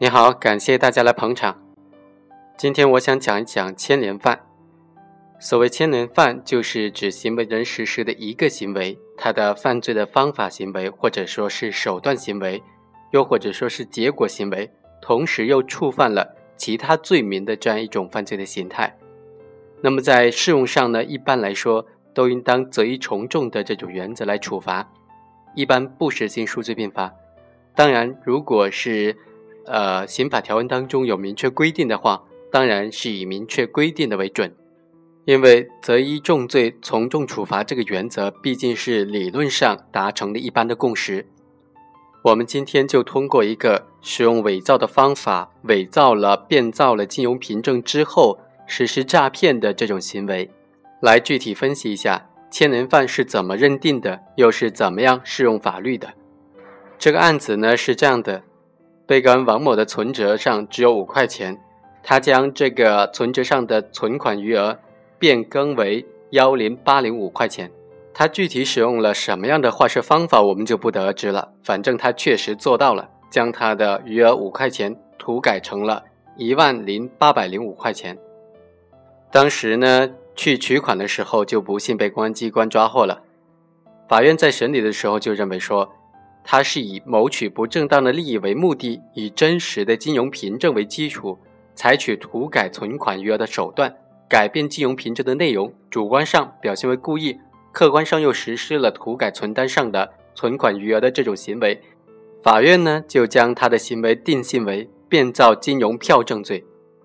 你好，感谢大家来捧场。今天我想讲一讲牵连犯。所谓牵连犯，就是指行为人实施的一个行为，他的犯罪的方法行为，或者说是手段行为，又或者说是结果行为，同时又触犯了其他罪名的这样一种犯罪的形态。那么在适用上呢，一般来说都应当择一从重的这种原则来处罚，一般不实行数罪并罚。当然如果是刑法条文当中有明确规定的话，当然是以明确规定的为准。因为择一重罪从重处罚这个原则毕竟是理论上达成的一般的共识。我们今天就通过一个使用伪造的方法，伪造了变造了金融凭证之后实施诈骗的这种行为，来具体分析一下牵连犯是怎么认定的，又是怎么样适用法律的。这个案子呢是这样的，被告人王某的存折上只有5块钱，他将这个存折上的存款余额变更为10805块钱。他具体使用了什么样的划设方法我们就不得而知了，反正他确实做到了，将他的余额5块钱涂改成了10805块钱。当时呢去取款的时候就不幸被公安机关抓获了。法院在审理的时候就认为说，他是以谋取不正当的利益为目的，以真实的金融凭证为基础，采取涂改存款余额的手段，改变金融凭证的内容，主观上表现为故意，客观上又实施了涂改存单上的存款余额的这种行为。法院呢就将他的行为定性为变造金融票证罪。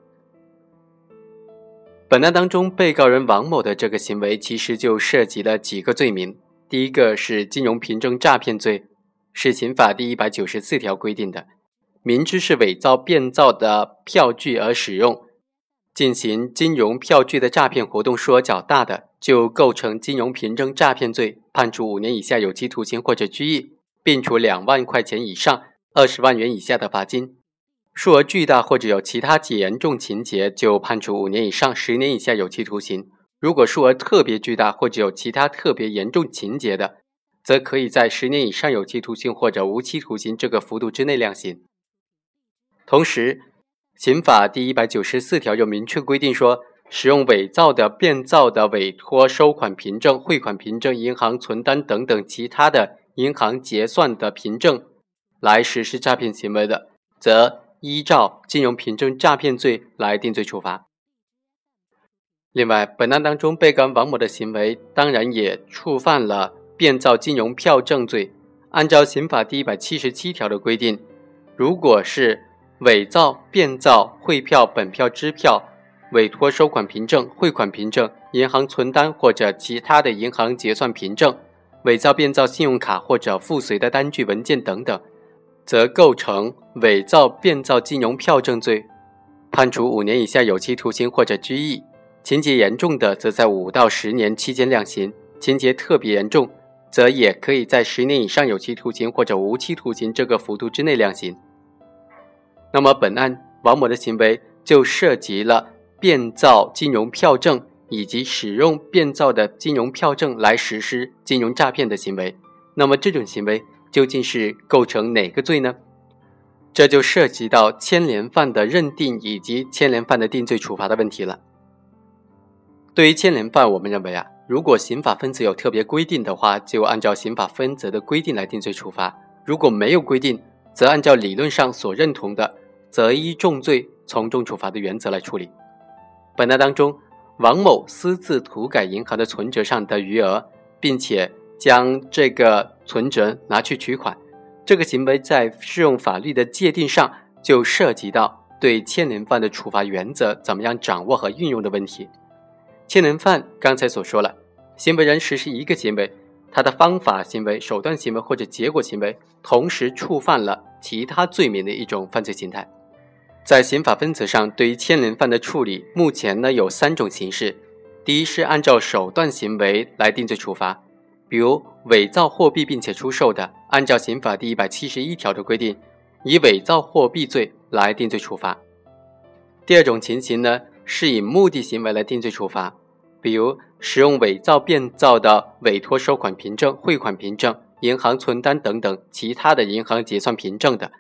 本案当中被告人王某的这个行为其实就涉及了几个罪名。第一个是金融凭证诈骗罪，是刑法第194条规定的，明知是伪造变造的票据而使用，进行金融票据的诈骗活动数额较大的，就构成金融凭证诈骗罪，判处5年以下有期徒刑或者拘役，并处2万块钱以上20万元以下的罚金。数额巨大或者有其他严重情节，就判处5年以上10年以下有期徒刑。如果数额特别巨大或者有其他特别严重情节的，则可以在10年以上有期徒刑或者无期徒刑这个幅度之内量刑。同时，刑法第194条又明确规定说，使用伪造的、变造的委托收款凭证、汇款凭证、银行存单等等其他的银行结算的凭证来实施诈骗行为的，则依照金融凭证诈骗罪来定罪处罚。另外，本案当中被告人王某的行为当然也触犯了变造金融票证罪。按照刑法第177条的规定，如果是伪造、变造汇票、本票、支票、委托收款凭证、汇款凭证、银行存单或者其他的银行结算凭证，伪造变造信用卡或者附随的单据文件等等，则构成伪造变造金融票证罪，判处5年以下有期徒刑或者拘役。情节严重的则在5到10年期间量刑，情节特别严重则也可以在10年以上有期徒刑或者无期徒刑这个幅度之内量刑。那么本案王某的行为就涉及了变造金融票证以及使用变造的金融票证来实施金融诈骗的行为。那么这种行为究竟是构成哪个罪呢？这就涉及到牵连犯的认定以及牵连犯的定罪处罚的问题了。对于牵连犯，我们认为如果刑法分则有特别规定的话，就按照刑法分则的规定来定罪处罚；如果没有规定，则按照理论上所认同的择一重罪从重处罚的原则来处理。本案当中，王某私自涂改银行的存折上的余额，并且将这个存折拿去取款，这个行为在适用法律的界定上就涉及到对牵连犯的处罚原则怎么样掌握和运用的问题。牵连犯刚才所说了，行为人实施一个行为，他的方法行为、手段行为或者结果行为同时触犯了其他罪名的一种犯罪形态。在刑法分则上，对于牵连犯的处理目前呢有3种形式。第一是按照手段行为来定罪处罚，比如伪造货币并且出售的，按照刑法第171条的规定，以伪造货币罪来定罪处罚。第二种情形呢是以目的行为来定罪处罚，比如使用伪造变造的委托收款凭证、汇款凭证、银行存单等等其他的银行结算凭证的，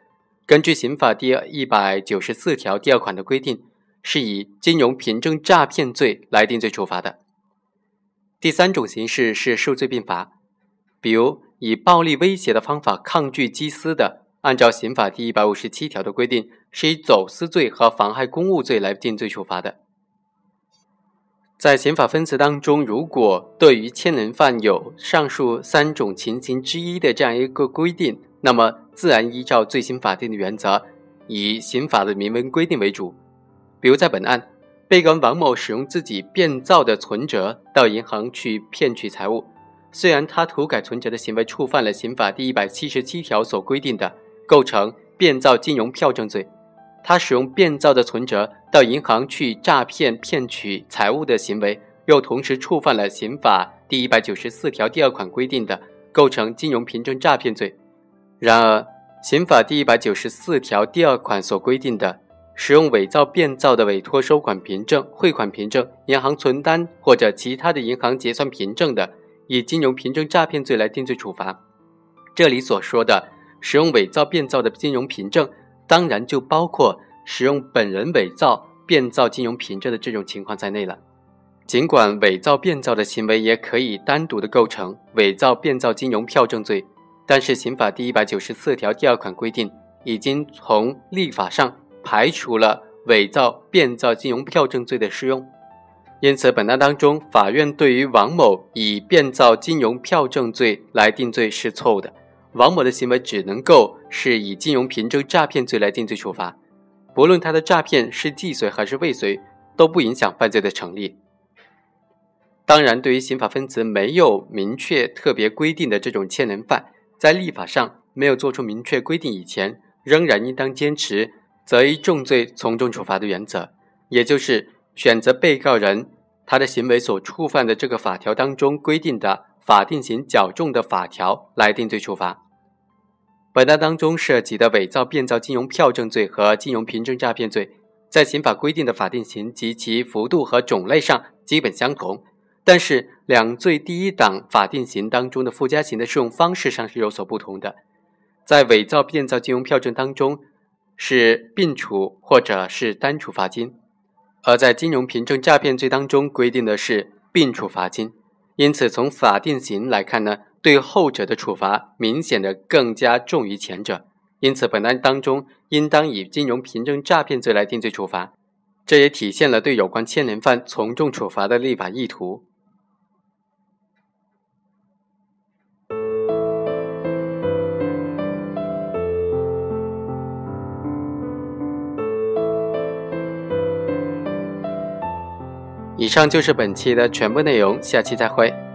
根据刑法第194条第2款的规定，是以金融凭证诈骗罪来定罪处罚的。第3种形式是数罪并罚，比如以暴力威胁的方法抗拒缉私的，按照刑法第157条的规定，是以走私罪和妨害公务罪来定罪处罚的。在刑法分词当中，如果对于牵连犯有上述3种情形之一的这样一个规定，那么自然依照罪刑法定的原则，以刑法的明文规定为主。比如在本案，被告人王某使用自己变造的存折到银行去骗取财物，虽然他涂改存折的行为触犯了刑法第177条所规定的构成变造金融票证罪，他使用变造的存折到银行去诈骗骗取财物的行为，又同时触犯了刑法第194条第2款规定的构成金融凭证诈骗罪。然而，刑法第194条第2款所规定的使用伪造变造的委托收款凭证、汇款凭证、银行存单或者其他的银行结算凭证的，以金融凭证诈骗罪来定罪处罚。这里所说的使用伪造变造的金融凭证，当然就包括使用本人伪造变造金融凭证的这种情况在内了。尽管伪造变造的行为也可以单独的构成伪造变造金融票证罪，但是刑法第194条第2款规定已经从立法上排除了伪造变造金融票证罪的适用。因此本案当中，法院对于王某以变造金融票证罪来定罪是错误的，王某的行为只能够是以金融凭证诈骗罪来定罪处罚，不论他的诈骗是既遂还是未遂，都不影响犯罪的成立。当然，对于刑法分词没有明确特别规定的这种牵连犯，在立法上没有做出明确规定以前，仍然应当坚持择一重罪从重处罚的原则，也就是选择被告人他的行为所触犯的这个法条当中规定的法定刑较重的法条来定罪处罚。本案当中涉及的伪造变造金融票证罪和金融凭证诈骗罪，在刑法规定的法定刑及其幅度和种类上基本相同，但是两罪第一档法定刑当中的附加刑的适用方式上是有所不同的。在伪造变造金融票证当中是并处或者是单处罚金，而在金融凭证诈骗罪当中规定的是并处罚金。因此从法定刑来看呢，对后者的处罚明显的更加重于前者，因此本案当中应当以金融凭证诈骗罪来定罪处罚，这也体现了对有关牵连犯从重处罚的立法意图。以上就是本期的全部内容，下期再会。